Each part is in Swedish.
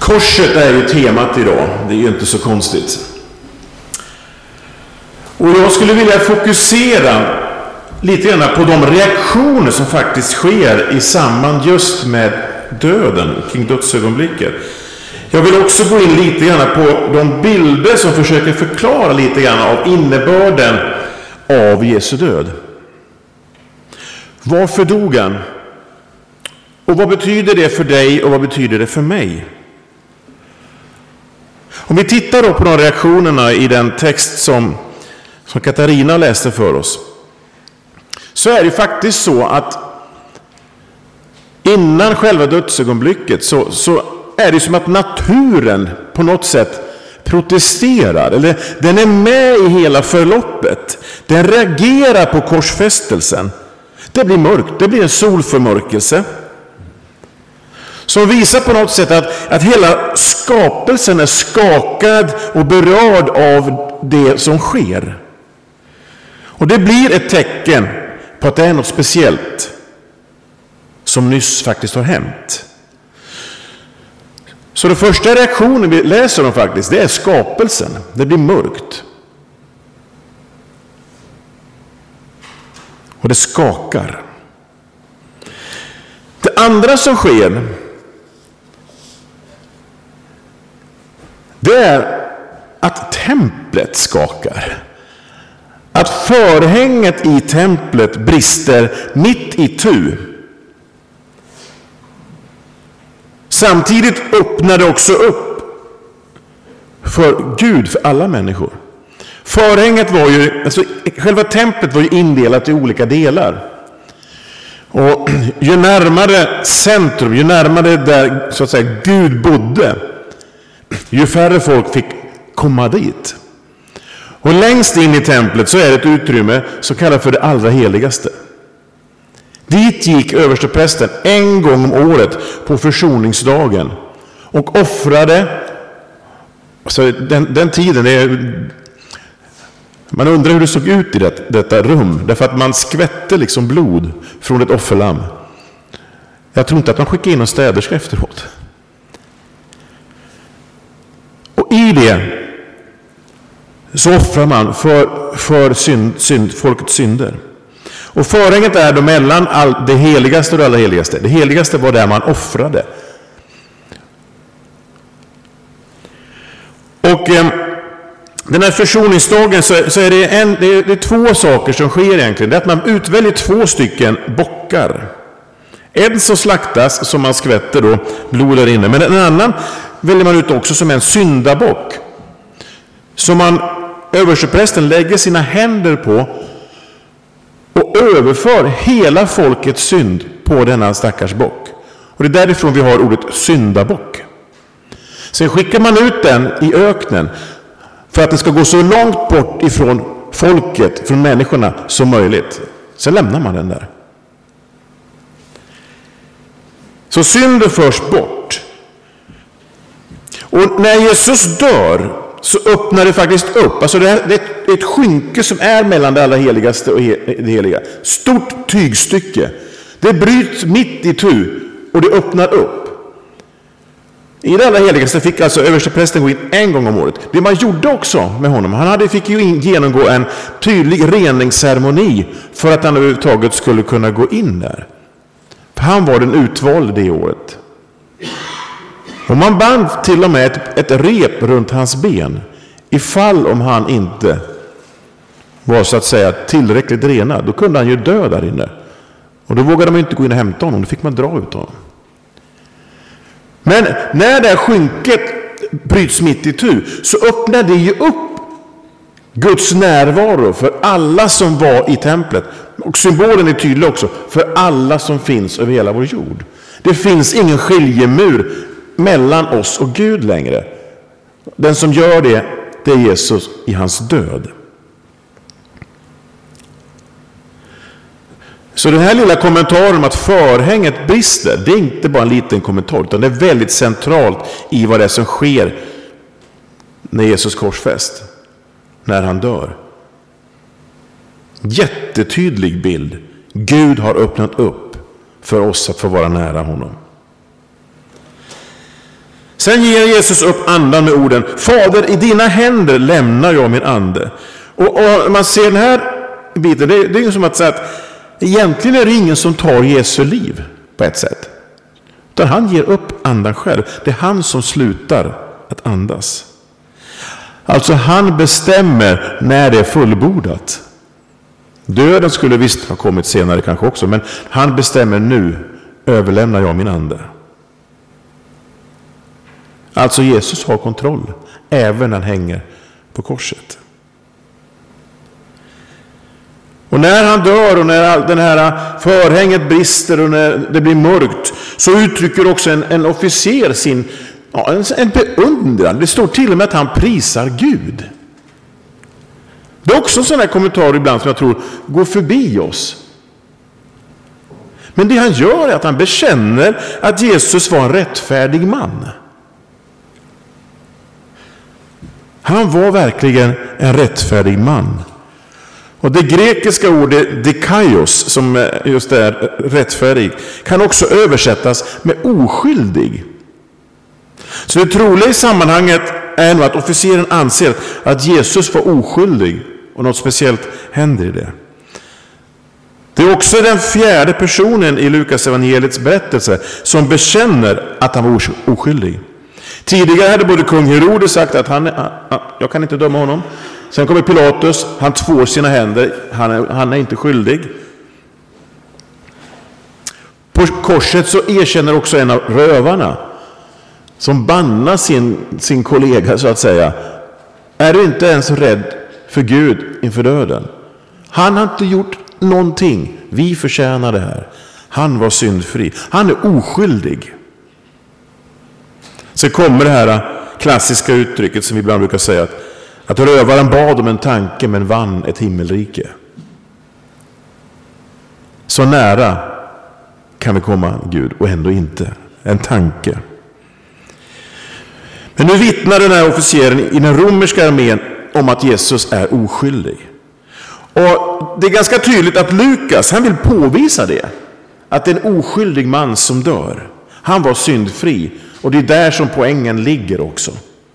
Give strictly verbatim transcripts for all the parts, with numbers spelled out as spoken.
Korset är ju temat idag, det är ju inte så konstigt. Och jag skulle vilja fokusera lite grann på de reaktioner som faktiskt sker i samband just med döden, kring dödsögonblicket. Jag vill också gå in lite grann på de bilder som försöker förklara lite grann av innebörden av Jesu död. Varför dog han? Och vad betyder det för dig och vad betyder det för mig? Om vi tittar då på de reaktionerna i den text som, som Katarina läste för oss, så är det faktiskt så att innan själva dödsögonblicket så, så är det som att naturen på något sätt protesterar, eller den är med i hela förloppet. Den reagerar på korsfästelsen. Det blir mörkt, det blir en solförmörkelse som visar på något sätt att, att hela skapelsen är skakad och berörd av det som sker. Och det blir ett tecken på att det är något speciellt som nyss faktiskt har hänt. Så den första reaktionen vi läser om faktiskt, det är skapelsen. Det blir mörkt. Och det skakar. Det andra som sker, det är att templet skakar. Att förhänget i templet brister mitt i tu. Samtidigt öppnar det också upp för Gud, för alla människor. Förhänget var ju, alltså själva templet var ju indelat i olika delar. Och ju närmare centrum, ju närmare där så att säga Gud bodde, ju färre folk fick komma dit. Och längst in i templet så är det ett utrymme som kallas för det allra heligaste. Dit gick översteprästen en gång om året på försoningsdagen och offrade. Så den, den tiden, det är, man undrar hur det såg ut i det, detta rum. Därför att man skvätte liksom blod från ett offerlamm. Jag tror inte att man skickade in en städerska efteråt. Och i det så offrar man för, för synd, synd, folkets synder. Och förhänget är då mellan all, det heligaste och det allra heligaste. Det heligaste var där man offrade. Och eh, den här försoningsdagen så, så är, det en, det, är, det är två saker som sker egentligen. Det är att man utväljer två stycken bockar. En som slaktas som man skvätter då blod där inne. Men en annan väljer man ut också som en syndabock. Som man, översteprästen lägger sina händer på och överför hela folkets synd på denna stackars bock. Och det är därifrån vi har ordet syndabock. Sen skickar man ut den i öknen för att det ska gå så långt bort ifrån folket, från människorna som möjligt. Sen lämnar man den där. Så synden förs bort. Och när Jesus dör så öppnar det faktiskt upp. Alltså det är ett skynke som är mellan det allra heligaste och det heliga. Stort tygstycke. Det bryts mitt i tu och det öppnar upp. I det allra heligaste fick alltså översteprästen gå in en gång om året. Det man gjorde också med honom, han hade, fick ju in, genomgå en tydlig reningsceremoni för att han överhuvudtaget skulle kunna gå in där. För han var den utvald det året. Och man band till och med ett, ett rep runt hans ben ifall om han inte var så att säga tillräckligt renad. Då kunde han ju dö där inne. Och då vågade man inte gå in och hämta honom. Då fick man dra ut honom. Men när det här skynket bryts mitt i tu så öppnar det ju upp Guds närvaro för alla som var i templet. Och symbolen är tydlig också för alla som finns över hela vår jord. Det finns ingen skiljemur mellan oss och Gud längre. Den som gör det, det är Jesus i hans död. Så den här lilla kommentaren om att förhänget brister, det är inte bara en liten kommentar, utan det är väldigt centralt i vad det är som sker när Jesus korsfäst, när han dör. Jättetydlig bild. Gud har öppnat upp för oss att få vara nära honom. Sen ger Jesus upp andan med orden: Fader, i dina händer lämnar jag min ande. Och, och man ser den här biten, det, det är ju som att säga att egentligen är det ingen som tar Jesu liv på ett sätt. Utan han ger upp andan själv. Det är han som slutar att andas. Alltså han bestämmer när det är fullbordat. Döden skulle visst ha kommit senare kanske också, men han bestämmer: nu överlämnar jag min ande. Alltså Jesus har kontroll även när han hänger på korset. Och när han dör och när den här förhänget brister och när det blir mörkt, så uttrycker också en, en officer sin ja, en, en beundran. Det står till och med att han prisar Gud. Det är också en sån här kommentar ibland som jag tror går förbi oss. Men det han gör är att han bekänner att Jesus var en rättfärdig man. Han var verkligen en rättfärdig man. Och det grekiska ordet dikaios, som just är rättfärdig, kan också översättas med oskyldig. Så det troliga i sammanhanget är nog att officeren anser att Jesus var oskyldig och något speciellt händer i det. Det är också den fjärde personen i Lukas evangeliets berättelse som bekänner att han var oskyldig. Tidigare hade både kung Herodes sagt att han, jag kan inte döma honom. Sen kommer Pilatus, han tvår sina händer, han är, han är inte skyldig. På korset så erkänner också en av rövarna, som bannar sin, sin kollega så att säga: är du inte ens rädd för Gud inför döden? Han har inte gjort någonting, vi förtjänar det här. Han var syndfri, han är oskyldig. Så kommer det här klassiska uttrycket som vi ibland brukar säga, att, att rövaren bad om en tanke men vann ett himmelrike. Så nära kan vi komma Gud och ändå inte. En tanke. Men nu vittnar den här officeren i den romerska armén om att Jesus är oskyldig. Och det är ganska tydligt att Lukas, han vill påvisa det. Att det är en oskyldig man som dör. Han var syndfri. Och det är där som poängen ligger också.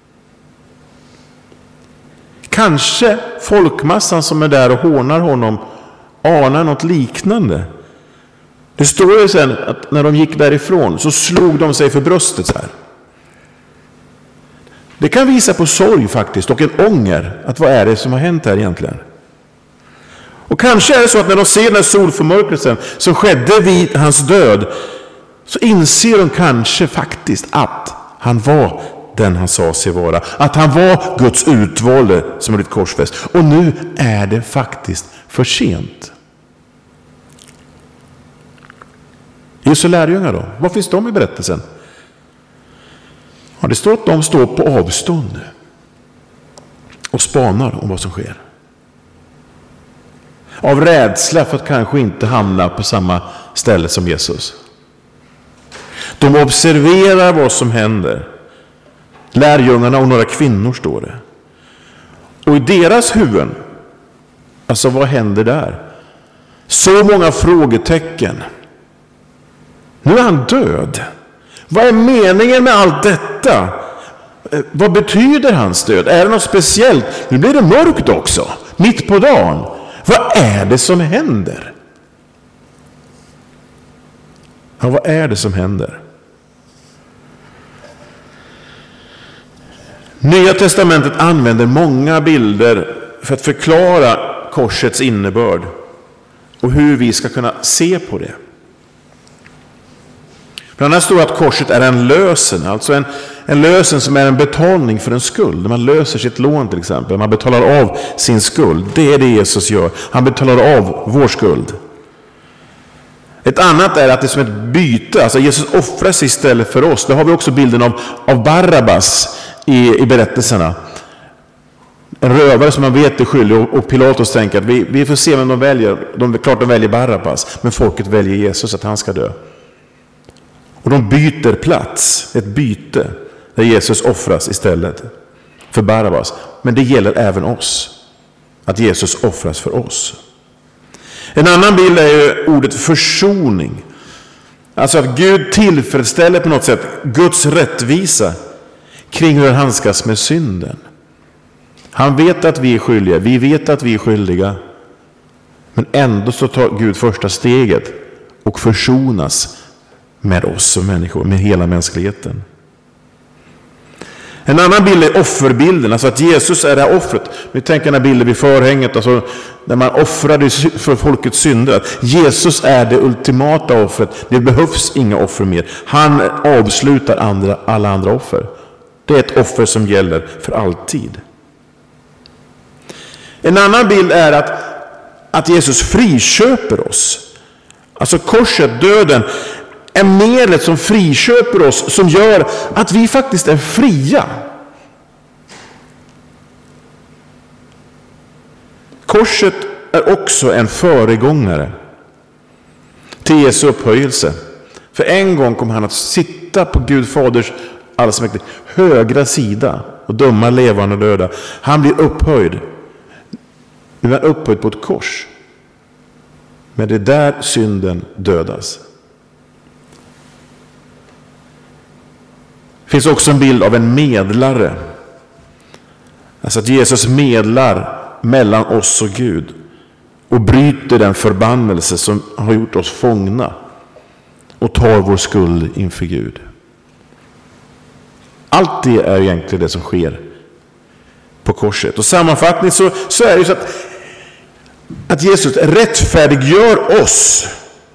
Kanske folkmassan som är där och hånar honom anar något liknande. Det står ju sen att när de gick därifrån så slog de sig för bröstet så här. Det kan visa på sorg faktiskt och en ånger. Att vad är det som har hänt här egentligen? Och kanske är det så att när de ser den här solförmörkelsen som skedde vid hans död, så inser de kanske faktiskt att han var den han sa sig vara. Att han var Guds utvalde som blivit korsfäst. Och nu är det faktiskt för sent. Jesu lärjungar då? Vad finns de i berättelsen? Ja, det står att de står på avstånd och spanar om vad som sker. Av rädsla för att kanske inte hamna på samma ställe som Jesus. De observerar vad som händer. Lärjungarna och några kvinnor står det. Och i deras huvuden, alltså vad händer där? Så många frågetecken. Nu är han död. Vad är meningen med allt detta? Vad betyder hans död? Är det något speciellt? Nu blir det mörkt också, mitt på dagen. Vad är det som händer? Ja, vad är det som händer? Nya testamentet använder många bilder för att förklara korsets innebörd och hur vi ska kunna se på det. Bland annat står att korset är en lösen, alltså en, en lösen som är en betalning för en skuld. När man löser sitt lån till exempel, man betalar av sin skuld. Det är det Jesus gör. Han betalar av vår skuld. Ett annat är att det är som ett byte, alltså Jesus offrar sig istället för oss. Då har vi också bilden av, av Barabbas i, i berättelserna. En rövare som man vet är skyldig, och, och Pilatus tänker att vi, vi får se vem de väljer. De, klart de väljer Barabbas, men folket väljer Jesus, att han ska dö. Och de byter plats, ett byte där Jesus offras istället för Barabbas. Men det gäller även oss, att Jesus offras för oss. En annan bild är ju ordet försoning. Alltså att Gud tillfredsställer på något sätt Guds rättvisa kring hur han handskas med synden. Han vet att vi är skyldiga, vi vet att vi är skyldiga. Men ändå så tar Gud första steget och försonas med oss som människor, med hela mänskligheten. En annan bild är offerbilden, alltså att Jesus är det här offret. Vi tänker den här bilden vid förhänget, alltså när man offrade för folkets synder. Att Jesus är det ultimata offret, det behövs inga offer mer. Han avslutar andra, alla andra offer. Det är ett offer som gäller för alltid. En annan bild är att, att Jesus friköper oss. Alltså korset, döden, är medlet som friköper oss, som gör att vi faktiskt är fria. Korset är också en föregångare till Jesu upphöjelse. För en gång kom han att sitta på Gud Faders allsmäktige högra sida och döma levande och döda. Han blir upphöjd. Nu är han upphöjd på ett kors. Men det är där synden dödas. Det finns också en bild av en medlare. Alltså att Jesus medlar mellan oss och Gud och bryter den förbannelse som har gjort oss fångna och tar vår skuld inför Gud. Allt det är egentligen det som sker på korset. Och sammanfattning så, så är det så att, att Jesus rättfärdiggör oss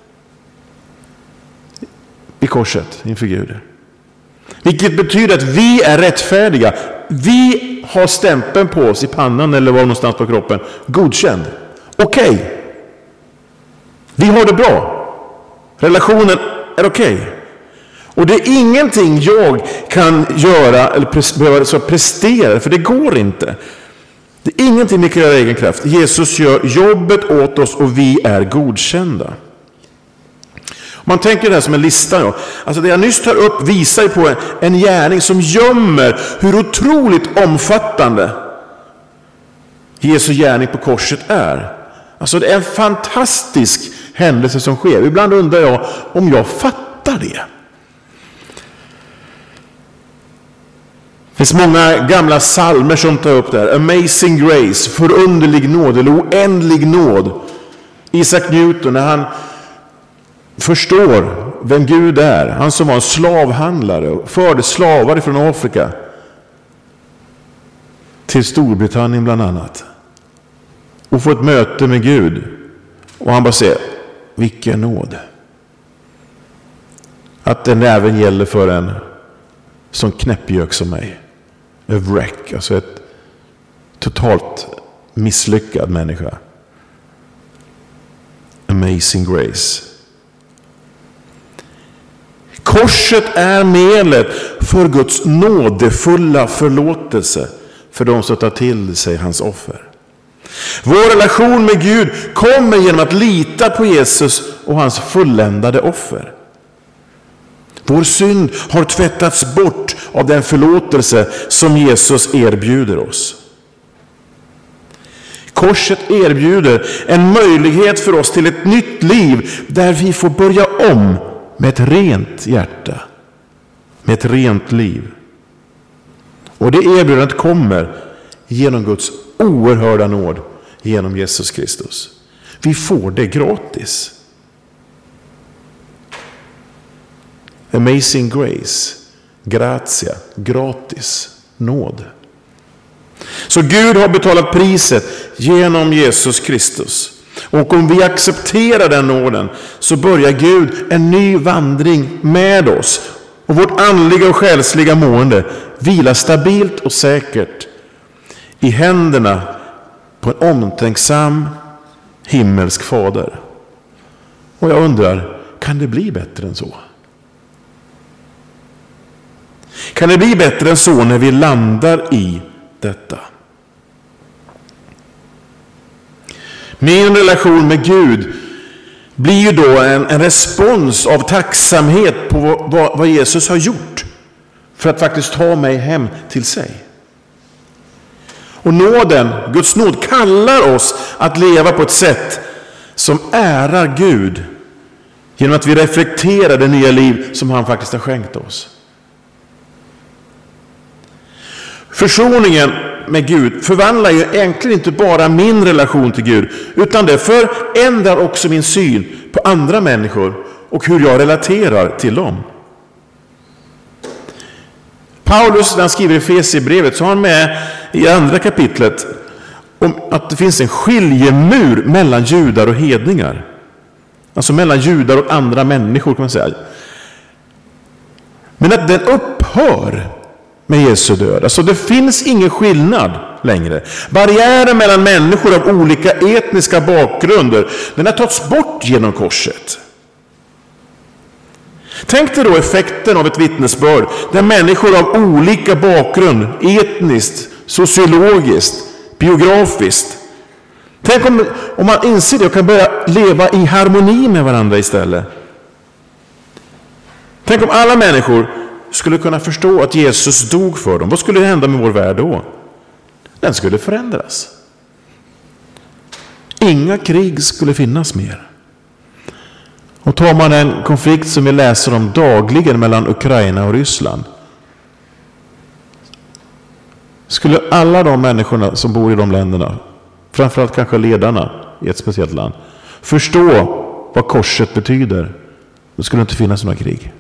i korset inför Gud. Vilket betyder att vi är rättfärdiga. Vi har stämpeln på oss i pannan eller var någonstans på kroppen. Godkänd. Okej. Okay. Vi har det bra. Relationen är okej. Okay. Och det är ingenting jag kan göra eller behöva så prestera, för det går inte. Det är ingenting vi kan göra i egen kraft. Jesus gör jobbet åt oss och vi är godkända. Man tänker det här som en lista. Då. Alltså det jag nyss tar upp visar på en, en gärning som gömmer hur otroligt omfattande Jesu gärning på korset är. Alltså det är en fantastisk händelse som sker. Ibland undrar jag om jag fattar det. Det finns många gamla psalmer som tar upp det här. Amazing grace, förunderlig nåd eller oändlig nåd. Isaac Newton, när han förstår vem Gud är. Han som var en slavhandlare och förde slavar från Afrika till Storbritannien bland annat. Och får ett möte med Gud. Och han bara säger, vilken nåd. Att den även gäller för en som knäppjök som mig. A wreck, alltså ett totalt misslyckad människa. Amazing grace. Korset är medlet för Guds nådefulla förlåtelse för de som tar till sig hans offer. Vår relation med Gud kommer genom att lita på Jesus och hans fulländade offer. Vår synd har tvättats bort av den förlåtelse som Jesus erbjuder oss. Korset erbjuder en möjlighet för oss till ett nytt liv där vi får börja om med ett rent hjärta, med ett rent liv. Och det erbjudandet kommer genom Guds oerhörda nåd genom Jesus Kristus. Vi får det gratis. Amazing grace, gratia, gratis, nåd. Så Gud har betalat priset genom Jesus Kristus. Och om vi accepterar den nåden så börjar Gud en ny vandring med oss. Och vårt andliga och själsliga mående vilar stabilt och säkert i händerna på en omtänksam himmelsk fader. Och jag undrar, kan det bli bättre än så? Kan det bli bättre än så när vi landar i detta? Min relation med Gud blir ju då en, en respons av tacksamhet på vad, vad Jesus har gjort för att faktiskt ta mig hem till sig. Och nåden, Guds nåd kallar oss att leva på ett sätt som ärar Gud genom att vi reflekterar det nya liv som han faktiskt har skänkt oss. Försoningen med Gud förvandlar ju egentligen inte bara min relation till Gud, utan det förändrar också min syn på andra människor och hur jag relaterar till dem. Paulus, när han skriver i Efesierbrevet, så har han med i andra kapitlet om att det finns en skiljemur mellan judar och hedningar. Alltså mellan judar och andra människor, kan man säga. Men att den upphör med Jesu död. Alltså det finns ingen skillnad längre. Barriären mellan människor av olika etniska bakgrunder, den har tagits bort genom korset. Tänk dig då effekten av ett vittnesbörd där människor av olika bakgrund, etniskt, sociologiskt, biografiskt. Tänk om, om man inser det och kan börja leva i harmoni med varandra istället. Tänk om alla människor skulle kunna förstå att Jesus dog för dem. Vad skulle hända med vår värld då? Den skulle förändras. Inga krig skulle finnas mer. Och tar man en konflikt som vi läser om dagligen mellan Ukraina och Ryssland, skulle alla de människorna som bor i de länderna, framförallt kanske ledarna i ett speciellt land, förstå vad korset betyder, då skulle det inte finnas några krig.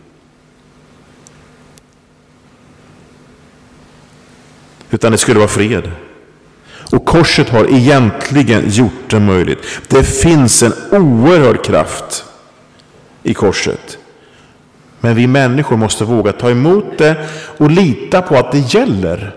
Utan det skulle vara fred. Och korset har egentligen gjort det möjligt. Det finns en oerhörd kraft i korset. Men vi människor måste våga ta emot det och lita på att det gäller.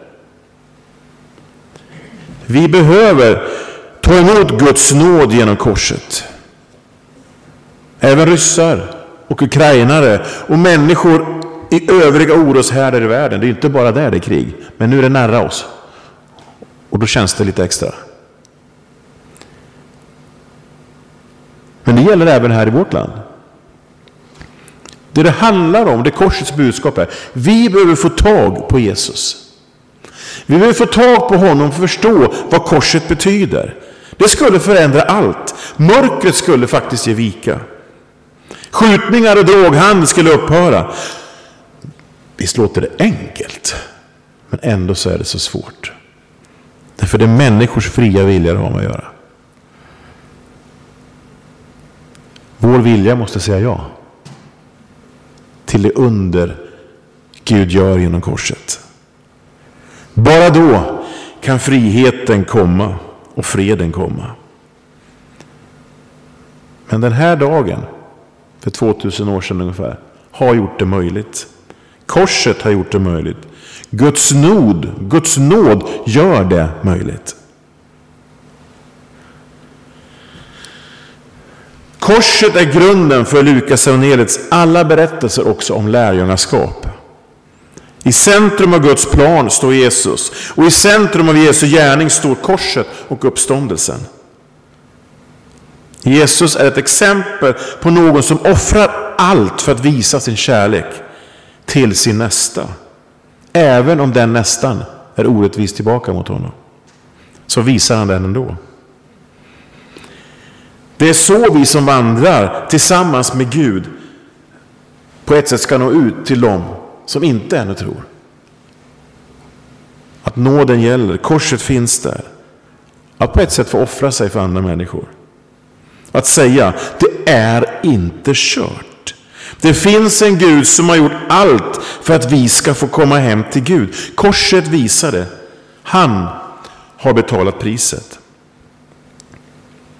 Vi behöver ta emot Guds nåd genom korset. Även ryssar och ukrainare och människor i övriga oroshärdar i världen. Det är inte bara där det är krig, men nu är det nära oss. Och då känns det lite extra. Men det gäller även här i vårt land. Det det handlar om, det korsets budskap är, vi behöver få tag på Jesus. Vi behöver få tag på honom och förstå vad korset betyder. Det skulle förändra allt. Mörkret skulle faktiskt ge vika. Skjutningar och droghandel skulle upphöra. Visst låter det enkelt, men ändå så är det så svårt. Därför det är människors fria vilja det har med att göra. Vår vilja måste säga ja till det under Gud gör genom korset. Bara då kan friheten komma och freden komma. Men den här dagen, för tvåtusen år sedan ungefär, har gjort det möjligt. Korset har gjort det möjligt. Guds nåd, Guds nåd gör det möjligt. Korset är grunden för Lukas evangeliets alla berättelser också om lärjungaskap. I centrum av Guds plan står Jesus, och i centrum av Jesu gärning står korset och uppståndelsen. Jesus är ett exempel på någon som offrar allt för att visa sin kärlek till sin nästa. Även om den nästan är orättvis tillbaka mot honom, så visar han den ändå. Det är så vi som vandrar tillsammans med Gud på ett sätt ska nå ut till dem som inte ännu tror. Att nåden gäller, korset finns där. Att på ett sätt få offra sig för andra människor. Att säga, det är inte kört. Det finns en Gud som har gjort allt för att vi ska få komma hem till Gud. Korset visar det. Han har betalat priset.